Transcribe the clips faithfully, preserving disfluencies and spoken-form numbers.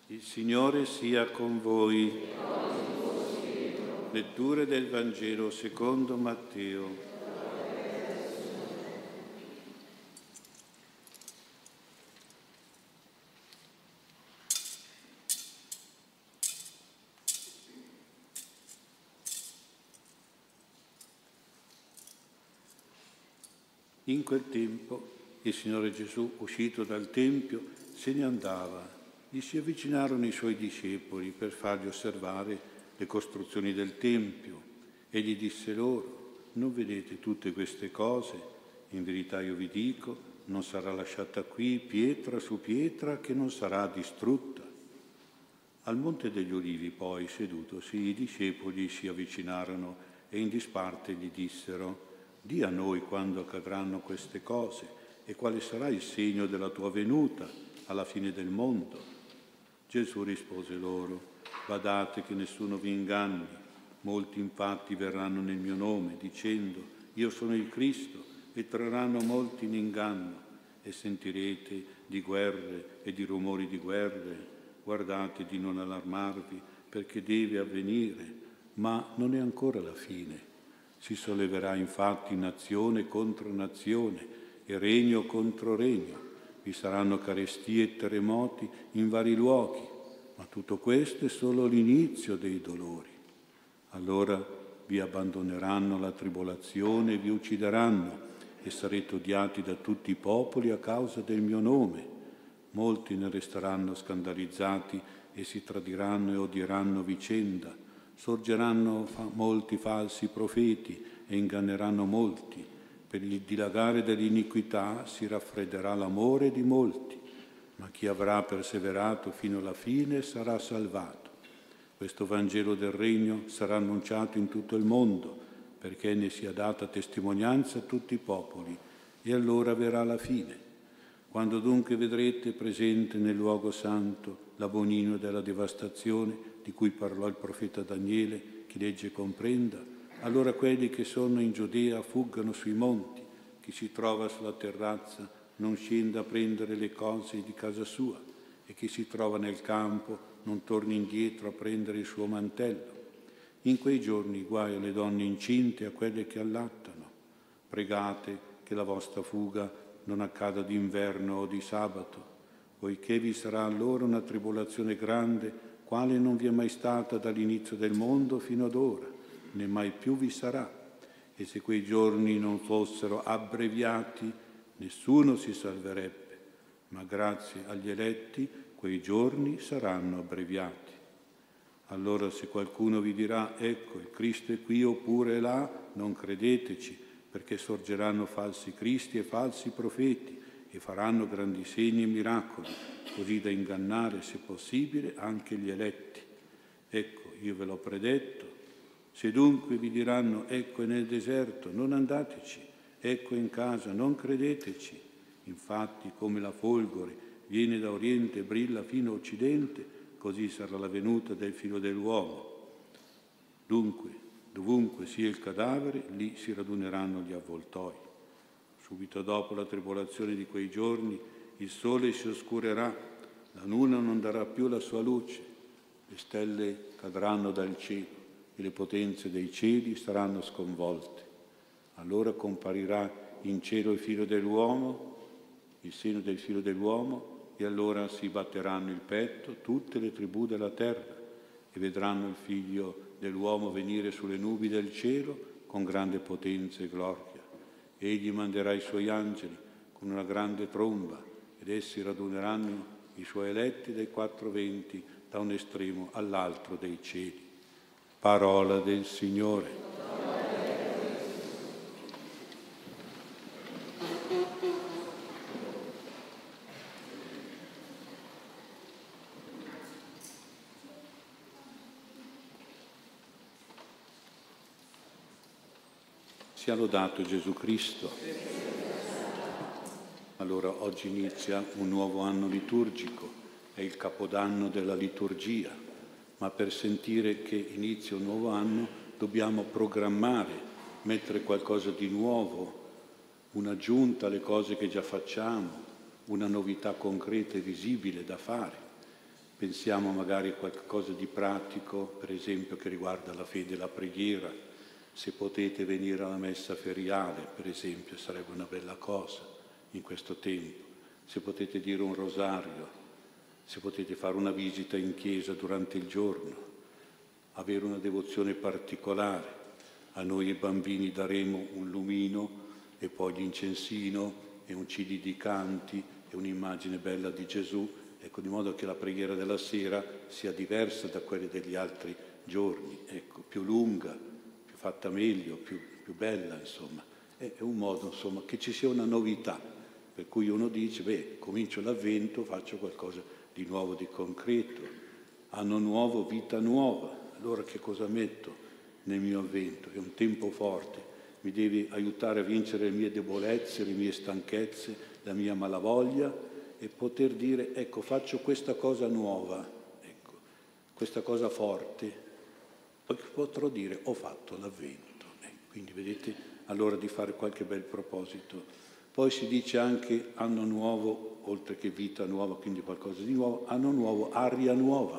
Il Signore sia con voi. Letture del Vangelo secondo Matteo. In quel tempo il Signore Gesù, uscito dal Tempio, se ne andava. Gli si avvicinarono i Suoi discepoli per fargli osservare le costruzioni del Tempio. Egli disse loro: non vedete tutte queste cose? In verità io vi dico, non sarà lasciata qui pietra su pietra che non sarà distrutta. Al Monte degli Ulivi poi, sedutosi, i discepoli si avvicinarono e in disparte gli dissero: di a noi quando accadranno queste cose e quale sarà il segno della tua venuta alla fine del mondo. Gesù rispose loro: badate che nessuno vi inganni. Molti infatti verranno nel mio nome dicendo: io sono il Cristo, e trarranno molti in inganno, e sentirete di guerre e di rumori di guerre. Guardate di non allarmarvi, perché deve avvenire, ma non è ancora la fine. Si solleverà infatti nazione contro nazione e regno contro regno. Vi saranno carestie e terremoti in vari luoghi, ma tutto questo è solo l'inizio dei dolori. Allora vi abbandoneranno la tribolazione e vi uccideranno e sarete odiati da tutti i popoli a causa del mio nome. Molti ne resteranno scandalizzati e si tradiranno e odieranno vicenda. Sorgeranno fa- molti falsi profeti e inganneranno molti. Per il dilagare dell'iniquità si raffredderà l'amore di molti, ma chi avrà perseverato fino alla fine sarà salvato. Questo Vangelo del Regno sarà annunciato in tutto il mondo, perché ne sia data testimonianza a tutti i popoli, e allora verrà la fine. Quando dunque vedrete presente nel luogo santo l'abominio della devastazione di cui parlò il profeta Daniele, chi legge e comprenda, allora quelli che sono in Giudea fuggano sui monti, chi si trova sulla terrazza non scenda a prendere le cose di casa sua, e chi si trova nel campo non torni indietro a prendere il suo mantello. In quei giorni guai alle donne incinte e a quelle che allattano. Pregate che la vostra fuga non accada d'inverno o di sabato, poiché vi sarà allora una tribolazione grande, quale non vi è mai stata dall'inizio del mondo fino ad ora, né mai più vi sarà. E se quei giorni non fossero abbreviati, nessuno si salverebbe, ma grazie agli eletti quei giorni saranno abbreviati. Allora se qualcuno vi dirà: ecco, il Cristo è qui oppure là, non credeteci, perché sorgeranno falsi cristi e falsi profeti e faranno grandi segni e miracoli, così da ingannare, se possibile, anche gli eletti. Ecco, io ve l'ho predetto. Se dunque vi diranno: ecco è nel deserto, non andateci, ecco in casa, non credeteci. Infatti, come la folgore viene da oriente e brilla fino a occidente, così sarà la venuta del Figlio dell'uomo. Dunque, dovunque sia il cadavere, lì si raduneranno gli avvoltoi. Subito dopo la tribolazione di quei giorni, il sole si oscurerà, la luna non darà più la sua luce, le stelle cadranno dal cielo e le potenze dei cieli saranno sconvolte. Allora comparirà in cielo il Figlio dell'uomo, il seno del Figlio dell'uomo, e allora si batteranno il petto tutte le tribù della terra e vedranno il Figlio dell'uomo venire sulle nubi del cielo con grande potenza e gloria. Egli manderà i suoi angeli con una grande tromba ed essi raduneranno i suoi eletti dai quattro venti da un estremo all'altro dei cieli. Parola del Signore. Sia lodato Gesù Cristo. Allora oggi inizia un nuovo anno liturgico, è il Capodanno della liturgia, ma per sentire che inizia un nuovo anno dobbiamo programmare, mettere qualcosa di nuovo, un'aggiunta alle cose che già facciamo, una novità concreta e visibile da fare. pensiamo magari a qualcosa di pratico, per esempio che riguarda la fede e la preghiera. Se potete venire alla messa feriale, per esempio, sarebbe una bella cosa in questo tempo. Se potete dire un rosario, se potete fare una visita in chiesa durante il giorno, avere una devozione particolare. A noi i bambini daremo un lumino e poi l'incensino e un C D di canti e un'immagine bella di Gesù, ecco, di modo che la preghiera della sera sia diversa da quelle degli altri giorni, ecco, più lunga, più fatta meglio, più, più bella, insomma. È un modo, insomma, che ci sia una novità, per cui uno dice, beh, comincio l'Avvento, faccio qualcosa di nuovo, di concreto, anno nuovo, vita nuova. Allora che cosa metto nel mio Avvento? È un tempo forte, mi deve aiutare a vincere le mie debolezze, le mie stanchezze, la mia malavoglia, e poter dire, ecco, faccio questa cosa nuova, ecco, questa cosa forte, poi potrò dire, ho fatto l'Avvento. Eh, quindi vedete, allora di fare qualche bel proposito. Poi si dice anche anno nuovo, oltre che vita nuova, quindi qualcosa di nuovo, anno nuovo, aria nuova.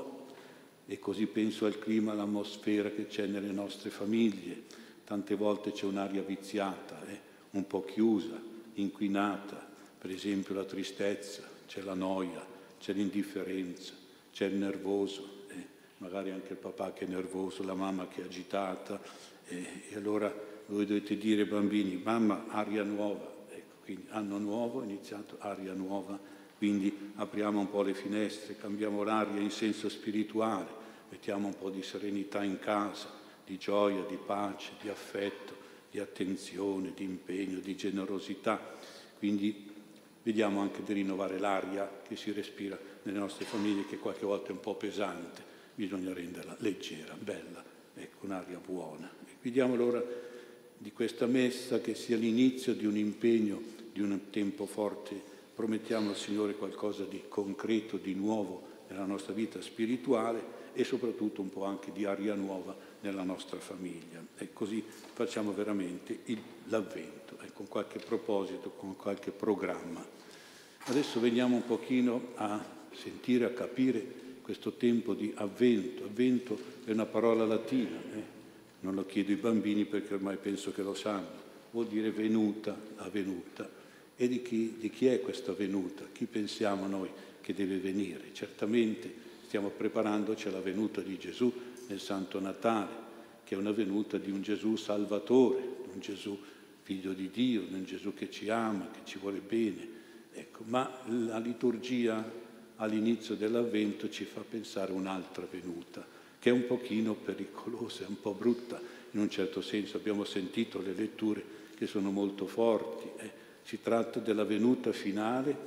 E così penso al clima, all'atmosfera che c'è nelle nostre famiglie. Tante volte c'è un'aria viziata, eh, un po' chiusa, inquinata. Per esempio la tristezza, c'è la noia, c'è l'indifferenza, c'è il nervoso, eh, magari anche il papà che è nervoso, la mamma che è agitata, eh, e allora voi dovete dire ai bambini, mamma, aria nuova, ecco, quindi anno nuovo, iniziato, aria nuova, quindi apriamo un po' le finestre, cambiamo l'aria in senso spirituale, mettiamo un po' di serenità in casa, di gioia, di pace, di affetto, di attenzione, di impegno, di generosità, quindi vediamo anche di rinnovare l'aria che si respira nelle nostre famiglie, che qualche volta è un po' pesante, bisogna renderla leggera, bella, ecco, un'aria buona. E chiediamo allora di questa messa che sia l'inizio di un impegno, di un tempo forte. Promettiamo al Signore qualcosa di concreto, di nuovo nella nostra vita spirituale e soprattutto un po' anche di aria nuova nella nostra famiglia. E così facciamo veramente il, l'Avvento, eh, con qualche proposito, con qualche programma. Adesso veniamo un pochino a sentire, a capire questo tempo di Avvento. Avvento è una parola latina, eh? Non lo chiedo ai bambini perché ormai penso che lo sanno. Vuol dire venuta, la venuta. E di chi, di chi è questa venuta? Chi pensiamo noi che deve venire? Certamente stiamo preparandoci alla venuta di Gesù nel Santo Natale, che è una venuta di un Gesù Salvatore, di un Gesù Figlio di Dio, di un Gesù che ci ama, che ci vuole bene. Ecco, ma la liturgia all'inizio dell'Avvento ci fa pensare a un'altra venuta, che è un pochino pericolosa, è un po' brutta, in un certo senso. Abbiamo sentito le letture che sono molto forti. Eh. Si tratta della venuta finale,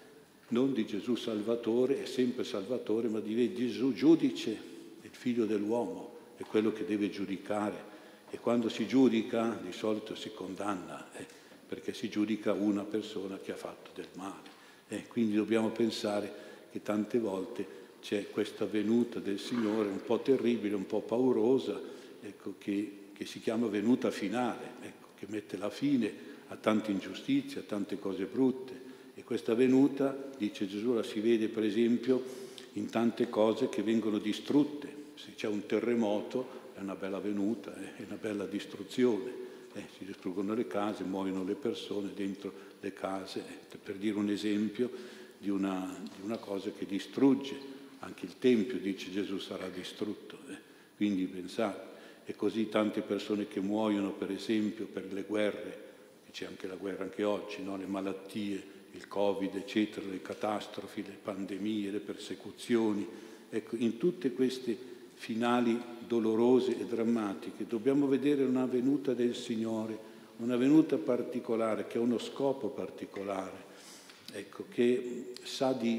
non di Gesù Salvatore, è sempre Salvatore, ma di Gesù giudice, il Figlio dell'uomo, è quello che deve giudicare. E quando si giudica, di solito si condanna, eh. perché si giudica una persona che ha fatto del male. Eh, quindi dobbiamo pensare che tante volte c'è questa venuta del Signore un po' terribile, un po' paurosa, ecco, che, che si chiama venuta finale, ecco, che mette la fine a tante ingiustizie, a tante cose brutte. E questa venuta, dice Gesù, la si vede per esempio in tante cose che vengono distrutte. Se c'è un terremoto è una bella venuta, è una bella distruzione. Eh, si distruggono le case, muoiono le persone dentro le case, eh, per dire un esempio di una, di una cosa che distrugge. Anche il Tempio, dice Gesù, sarà distrutto. Eh. Quindi pensate, e così tante persone che muoiono, per esempio, per le guerre, e c'è anche la guerra anche oggi, no? Le malattie, il Covid, eccetera, le catastrofi, le pandemie, le persecuzioni. Ecco, in tutte queste finali dolorose e drammatiche dobbiamo vedere una venuta del Signore, una venuta particolare che ha uno scopo particolare, ecco, che sa di,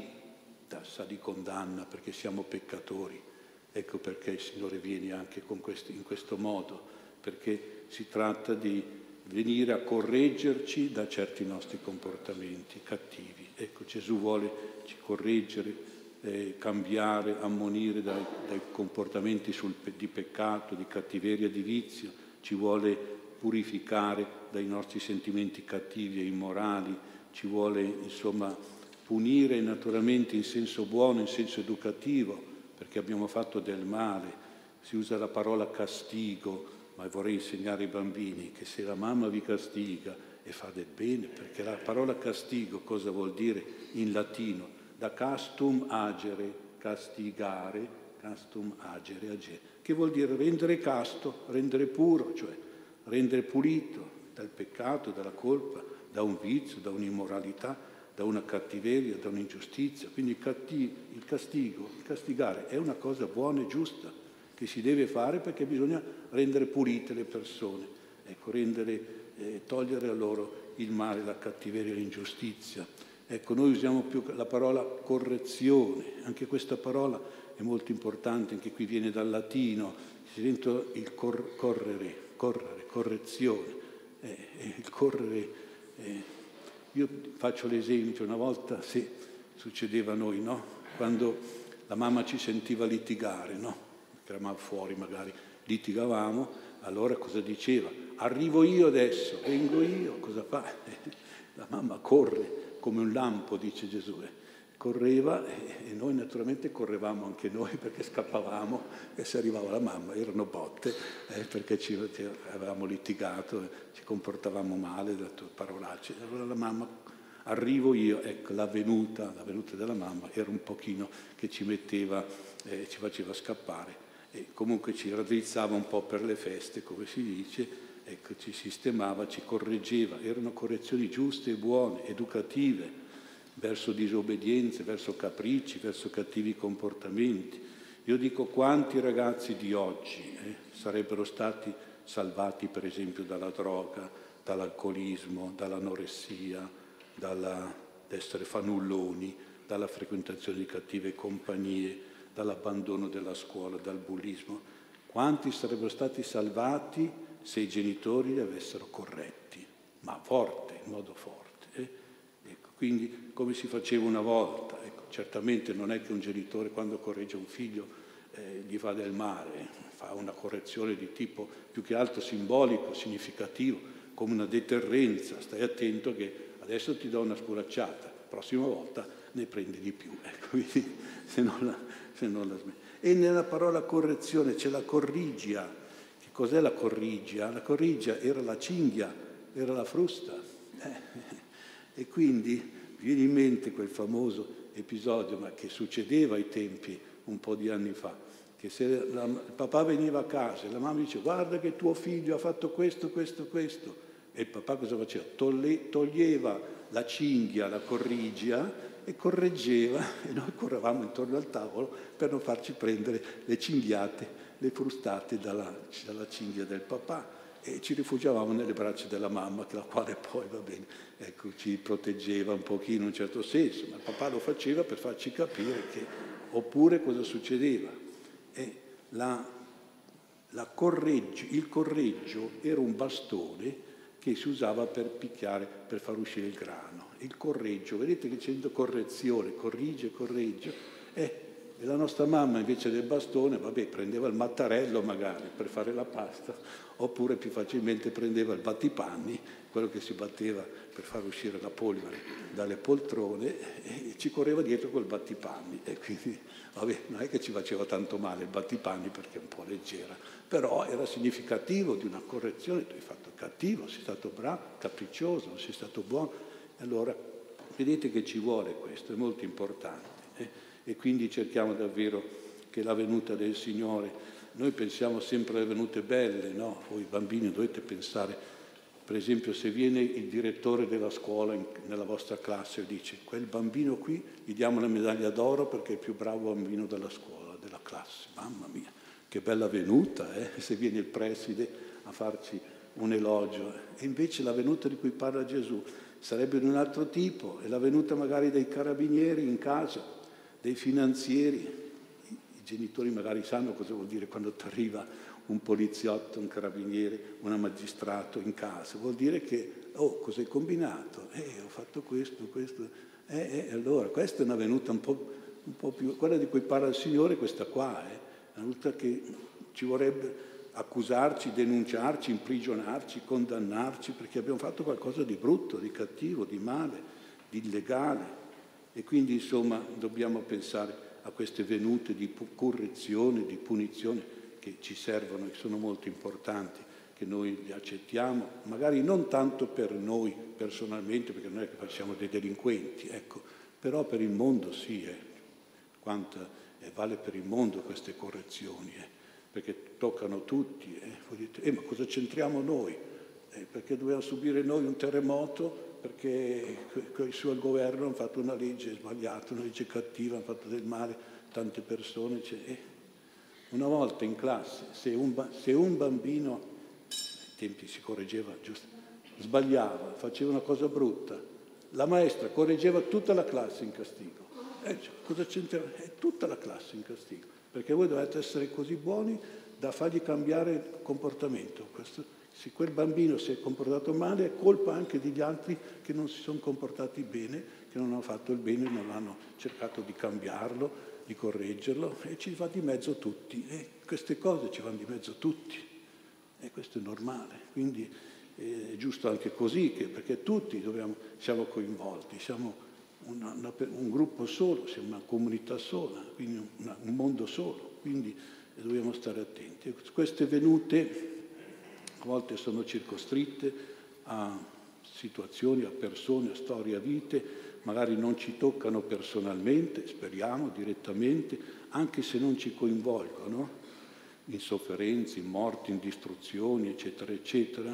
sa di condanna perché siamo peccatori, ecco perché il Signore viene anche con questi, in questo modo, perché si tratta di venire a correggerci da certi nostri comportamenti cattivi. Ecco, Gesù vuole ci correggere, Eh, cambiare, ammonire dai, dai comportamenti sul, di peccato, di cattiveria, di vizio, ci vuole purificare dai nostri sentimenti cattivi e immorali, ci vuole insomma punire naturalmente in senso buono, in senso educativo, perché abbiamo fatto del male. Si usa la parola castigo, ma vorrei insegnare ai bambini che se la mamma vi castiga e fa del bene, perché la parola castigo cosa vuol dire in latino? Da castum agere, castigare, castum agere, agere, che vuol dire rendere casto, rendere puro, cioè rendere pulito dal peccato, dalla colpa, da un vizio, da un'immoralità, da una cattiveria, da un'ingiustizia. Quindi il castigo, il castigare è una cosa buona e giusta che si deve fare perché bisogna rendere pulite le persone, ecco, rendere, eh, togliere a loro il male, la cattiveria, l'ingiustizia. Ecco, noi usiamo più la parola correzione, anche questa parola è molto importante, anche qui viene dal latino, si sente il cor- correre, correre, correzione, eh, eh, il correre. Eh, io faccio l'esempio, una volta, sì, succedeva a noi, no? Quando la mamma ci sentiva litigare, no? Eravamo fuori magari, litigavamo, allora cosa diceva? Arrivo io adesso, vengo io, cosa fa? La mamma corre come un lampo, dice Gesù. Eh. Correva e noi naturalmente correvamo anche noi perché scappavamo e se arrivava la mamma erano botte eh, perché ci, avevamo litigato, eh, ci comportavamo male, dato parolacce. Allora la mamma, arrivo io, ecco, la venuta, la venuta della mamma era un pochino che ci metteva, eh, ci faceva scappare. E comunque ci raddrizzava un po' per le feste, come si dice, ecco, ci sistemava, ci correggeva, erano correzioni giuste e buone, educative, verso disobbedienze, verso capricci, verso cattivi comportamenti. Io dico quanti ragazzi di oggi eh, sarebbero stati salvati per esempio dalla droga, dall'alcolismo, dall'anoressia, dall'essere fanulloni, dalla frequentazione di cattive compagnie, dall'abbandono della scuola, dal bullismo. Quanti sarebbero stati salvati se i genitori li avessero corretti, ma forte, in modo forte. Eh? Ecco, quindi come si faceva una volta, ecco, certamente non è che un genitore quando corregge un figlio eh, gli fa del male, fa una correzione di tipo più che altro simbolico, significativo, come una deterrenza, stai attento che adesso ti do una sculacciata, la prossima volta ne prendi di più, ecco, quindi, se non la, se non la smetti. E nella parola correzione c'è la corrigia. Che cos'è la corrigia? La corrigia era la cinghia, era la frusta. Eh, e quindi viene in mente quel famoso episodio, ma che succedeva ai tempi, un po' di anni fa, che se la, il papà veniva a casa e la mamma dice guarda che tuo figlio ha fatto questo, questo, questo, e il papà cosa faceva? Tolle, toglieva la cinghia, la corrigia e correggeva e noi correvamo intorno al tavolo per non farci prendere le cinghiate, le frustate dalla, dalla cinghia del papà e ci rifugiavamo nelle braccia della mamma, la quale poi, va bene, ecco, ci proteggeva un pochino in un certo senso, ma il papà lo faceva per farci capire che, oppure cosa succedeva? E la, la correggio, il correggio era un bastone che si usava per picchiare, per far uscire il grano. Il correggio, vedete che c'è correzione, corrige, correggio. Eh, e la nostra mamma invece del bastone, vabbè, prendeva il mattarello magari per fare la pasta, oppure più facilmente prendeva il battipanni, quello che si batteva per far uscire la polvere dalle poltrone, e ci correva dietro col battipanni. E quindi, vabbè, non è che ci faceva tanto male il battipanni perché è un po' leggera, però era significativo di una correzione, tu hai fatto cattivo, sei stato bravo, capriccioso, non sei stato buono. Allora, vedete che ci vuole questo, è molto importante. Eh? E quindi cerchiamo davvero che la venuta del Signore, noi pensiamo sempre alle venute belle, no? Voi bambini dovete pensare, per esempio, se viene il direttore della scuola in, nella vostra classe e dice quel bambino qui gli diamo la medaglia d'oro perché è il più bravo bambino della scuola, della classe. Mamma mia, che bella venuta, eh? Se viene il preside a farci un elogio. E invece la venuta di cui parla Gesù sarebbe di un altro tipo, è la venuta magari dei carabinieri in casa, dei finanzieri. I, i genitori magari sanno cosa vuol dire quando ti arriva un poliziotto, un carabiniere, un magistrato in casa. Vuol dire che, oh, cosa hai combinato? Eh, ho fatto questo, questo. Eh, eh, allora, questa è una venuta un po', un po' più... Quella di cui parla il Signore, questa qua, è eh, una venuta che ci vorrebbe accusarci, denunciarci, imprigionarci, condannarci, perché abbiamo fatto qualcosa di brutto, di cattivo, di male, di illegale. E quindi, insomma, dobbiamo pensare a queste venute di correzione, di punizione, che ci servono e sono molto importanti, che noi li accettiamo, magari non tanto per noi personalmente, perché non è che facciamo dei delinquenti, ecco, però per il mondo sì, eh. Quanta eh, vale per il mondo queste correzioni, eh, perché toccano tutti. Eh. Voi dite, eh, ma cosa c'entriamo noi? Eh, perché dobbiamo subire noi un terremoto? Perché i suoi governo hanno fatto una legge sbagliata, una legge cattiva, hanno fatto del male a tante persone. Cioè, eh. Una volta in classe, se un, ba- se un bambino, ai tempi si correggeva, giusto, sbagliava, faceva una cosa brutta, la maestra correggeva tutta la classe in castigo. Eh, cioè, cosa c'entra? È tutta la classe in castigo, perché voi dovete essere così buoni da fargli cambiare il comportamento. Questo, se quel bambino si è comportato male, è colpa anche degli altri che non si sono comportati bene, che non hanno fatto il bene, non hanno cercato di cambiarlo, di correggerlo, e ci va di mezzo tutti. E queste cose ci vanno di mezzo tutti, e questo è normale. Quindi è giusto anche così, che, perché tutti dobbiamo, siamo coinvolti, siamo una, una, un gruppo solo, siamo una comunità sola, quindi una, un mondo solo, quindi dobbiamo stare attenti. Queste venute a volte sono circoscritte a situazioni, a persone, a storie, a vite, magari non ci toccano personalmente, speriamo, direttamente, anche se non ci coinvolgono, in sofferenze, in morti, in distruzioni, eccetera, eccetera,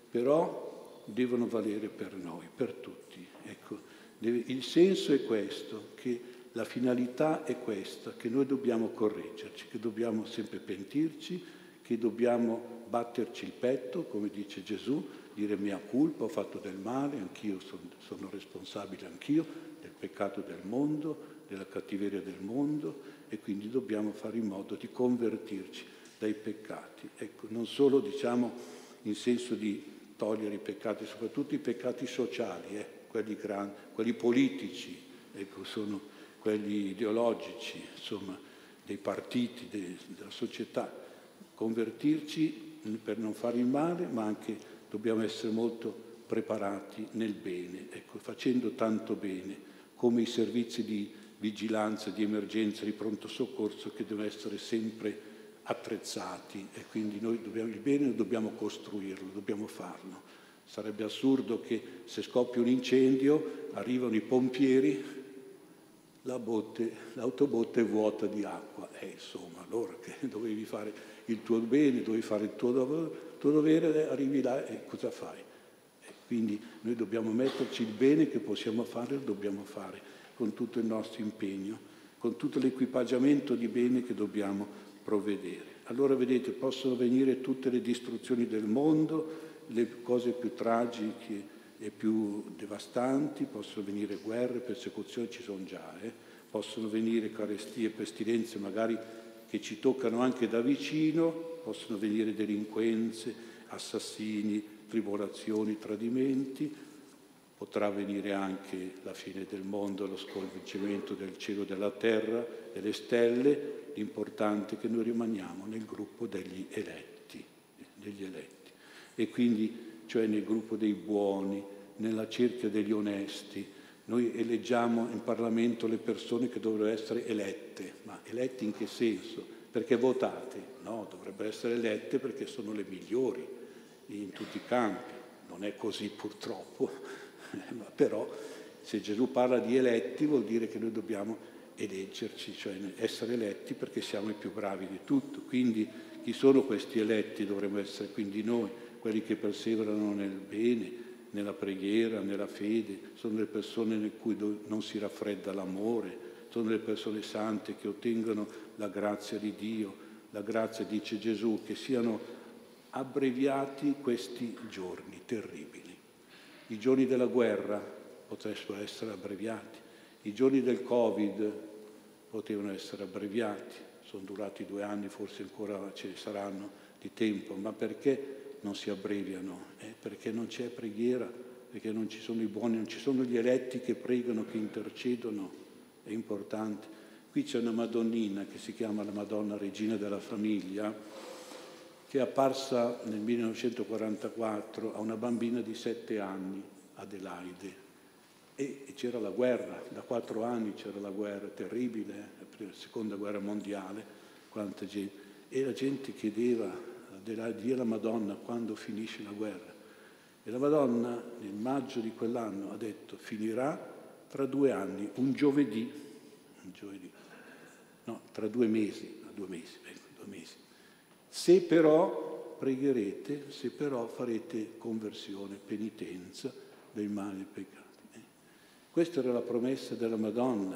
però devono valere per noi, per tutti. Ecco, deve, il senso è questo, che la finalità è questa, che noi dobbiamo correggerci, che dobbiamo sempre pentirci, che dobbiamo batterci il petto, come dice Gesù, dire mia colpa, ho fatto del male, anch'io sono, sono responsabile anch'io del peccato del mondo, della cattiveria del mondo, e quindi dobbiamo fare in modo di convertirci dai peccati. Ecco, non solo diciamo in senso di togliere i peccati, soprattutto i peccati sociali, eh, quelli, grandi, quelli politici, ecco, sono quelli ideologici, insomma, dei partiti, de, della società. Convertirci per non fare il male, ma anche dobbiamo essere molto preparati nel bene, ecco, facendo tanto bene, come i servizi di vigilanza, di emergenza, di pronto soccorso, che devono essere sempre attrezzati, e quindi noi dobbiamo, il bene dobbiamo costruirlo, dobbiamo farlo. Sarebbe assurdo che se scoppia un incendio arrivano i pompieri, la botte, l'autobotte è vuota di acqua, e eh, insomma, allora che dovevi fare il tuo bene, dovevi fare il tuo dovere, il tuo dovere, arrivi là e cosa fai? E quindi noi dobbiamo metterci il bene che possiamo fare, lo dobbiamo fare con tutto il nostro impegno, con tutto l'equipaggiamento di bene che dobbiamo provvedere. Allora vedete, possono venire tutte le distruzioni del mondo, le cose più tragiche e più devastanti, possono venire guerre, persecuzioni, ci sono già, eh? Possono venire carestie, pestilenze magari che ci toccano anche da vicino, possono venire delinquenze, assassini, tribolazioni, tradimenti, potrà venire anche la fine del mondo, lo sconvolgimento del cielo e della terra, delle stelle. L'importante è che noi rimaniamo nel gruppo degli eletti, degli eletti. E quindi, cioè nel gruppo dei buoni, nella cerchia degli onesti. Noi eleggiamo in Parlamento le persone che dovrebbero essere elette, ma elette in che senso? Perché votate? No, dovrebbero essere elette perché sono le migliori in tutti i campi. Non è così purtroppo, ma però se Gesù parla di eletti vuol dire che noi dobbiamo eleggerci, cioè essere eletti perché siamo i più bravi di tutto. Quindi chi sono questi eletti? Dovremmo essere quindi noi, quelli che perseverano nel bene, nella preghiera, nella fede, sono le persone in cui non si raffredda l'amore, sono le persone sante che ottengono la grazia di Dio. La grazia, dice Gesù, che siano abbreviati questi giorni terribili. I giorni della guerra potessero essere abbreviati, i giorni del Covid potevano essere abbreviati, sono durati due anni, forse ancora ce ne saranno di tempo, ma perché non si abbreviano? Eh, perché non c'è preghiera, perché non ci sono i buoni, non ci sono gli eletti che pregano, che intercedono, è importante. Qui c'è una Madonnina che si chiama la Madonna Regina della Famiglia, che è apparsa nel millenovecentoquarantaquattro a una bambina di sette anni, Adelaide. E, e c'era la guerra, da quattro anni c'era la guerra terribile, la seconda guerra mondiale, quanta gente, e la gente chiedeva della, Dio alla Madonna quando finisce la guerra. E la Madonna nel maggio di quell'anno ha detto finirà tra due anni, un giovedì, un giovedì, no, tra due mesi, due mesi, ecco, due mesi. Se però pregherete, se però farete conversione, penitenza dei mali e peccati. Eh. Questa era la promessa della Madonna.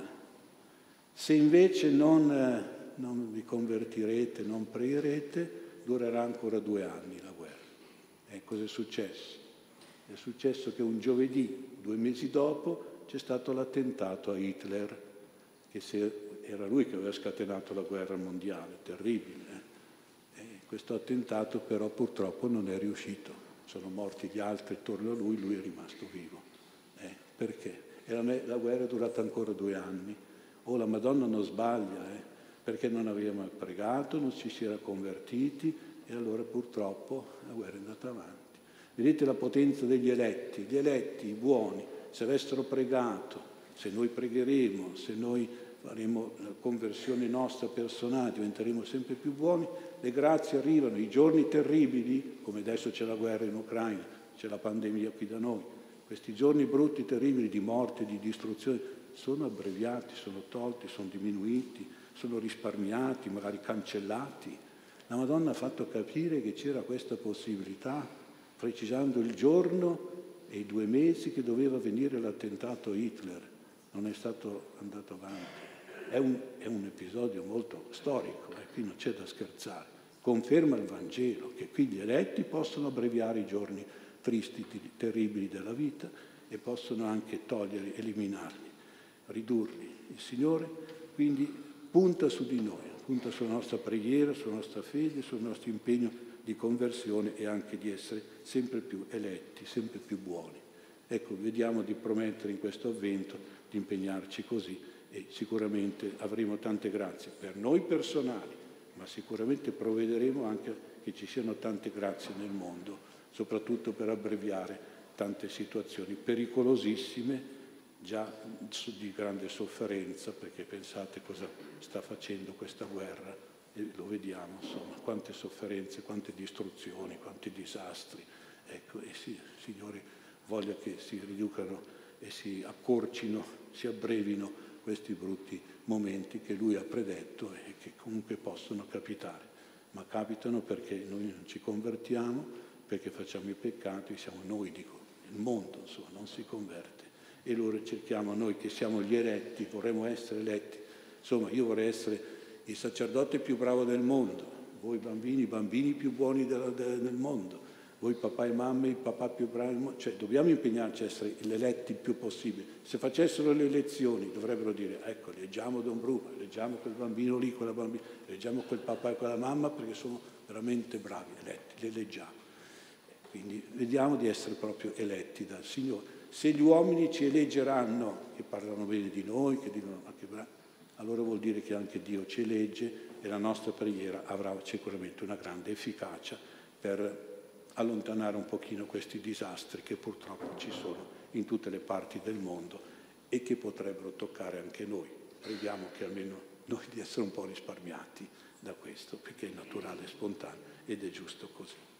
Se invece non, eh, non vi convertirete, non pregherete, durerà ancora due anni la guerra. E cosa è successo? È successo che un giovedì, due mesi dopo, c'è stato l'attentato a Hitler, che se, era lui che aveva scatenato la guerra mondiale, terribile. Eh? E questo attentato però purtroppo non è riuscito. Sono morti gli altri attorno a lui, lui è rimasto vivo. Eh? Perché? E la, la guerra è durata ancora due anni. Oh, la Madonna non sbaglia, eh? Perché non aveva pregato, non ci si era convertiti e allora purtroppo la guerra è andata avanti. Vedete la potenza degli eletti, gli eletti, i buoni, se avessero pregato, se noi pregheremo, se noi faremo la conversione nostra personale, diventeremo sempre più buoni, le grazie arrivano, i giorni terribili, come adesso c'è la guerra in Ucraina, c'è la pandemia qui da noi, questi giorni brutti, terribili di morte, di distruzione, sono abbreviati, sono tolti, sono diminuiti, sono risparmiati, magari cancellati. La Madonna ha fatto capire che c'era questa possibilità, precisando il giorno e i due mesi che doveva venire l'attentato a Hitler. Non è stato andato avanti. È un, è un episodio molto storico, e eh, qui non c'è da scherzare. Conferma il Vangelo che qui gli eletti possono abbreviare i giorni tristi, terribili della vita e possono anche toglierli, eliminarli, ridurli. Il Signore quindi punta su di noi, punta sulla nostra preghiera, sulla nostra fede, sul nostro impegno di conversione e anche di essere sempre più eletti, sempre più buoni. Ecco, vediamo di promettere in questo avvento di impegnarci così e sicuramente avremo tante grazie per noi personali, ma sicuramente provvederemo anche che ci siano tante grazie nel mondo, soprattutto per abbreviare tante situazioni pericolosissime, già di grande sofferenza, perché pensate cosa sta facendo questa guerra. E lo vediamo, insomma, quante sofferenze, quante distruzioni, quanti disastri. Ecco, e sì, il Signore voglia che si riducano e si accorcino, si abbrevino questi brutti momenti che Lui ha predetto e che comunque possono capitare. Ma capitano perché noi non ci convertiamo, perché facciamo i peccati, siamo noi, dico, il mondo, insomma, non si converte. E allora cerchiamo noi che siamo gli eletti, vorremmo essere eletti. Insomma, io vorrei essere il sacerdote più bravo del mondo, voi bambini, i bambini più buoni del, del, del mondo, voi papà e mamme, i papà più bravi del mondo. Cioè dobbiamo impegnarci a essere gli eletti il più possibile. Se facessero le elezioni dovrebbero dire, ecco, leggiamo Don Bruno, leggiamo quel bambino lì, quella bambina, leggiamo quel papà e quella mamma perché sono veramente bravi, eletti, li leggiamo. Quindi vediamo di essere proprio eletti dal Signore. Se gli uomini ci eleggeranno, che parlano bene di noi, che dicono ma che bravi, allora vuol dire che anche Dio ci elegge e la nostra preghiera avrà sicuramente una grande efficacia per allontanare un pochino questi disastri che purtroppo ci sono in tutte le parti del mondo e che potrebbero toccare anche noi. Preghiamo che almeno noi di essere un po' risparmiati da questo, perché è naturale, è spontaneo ed è giusto così.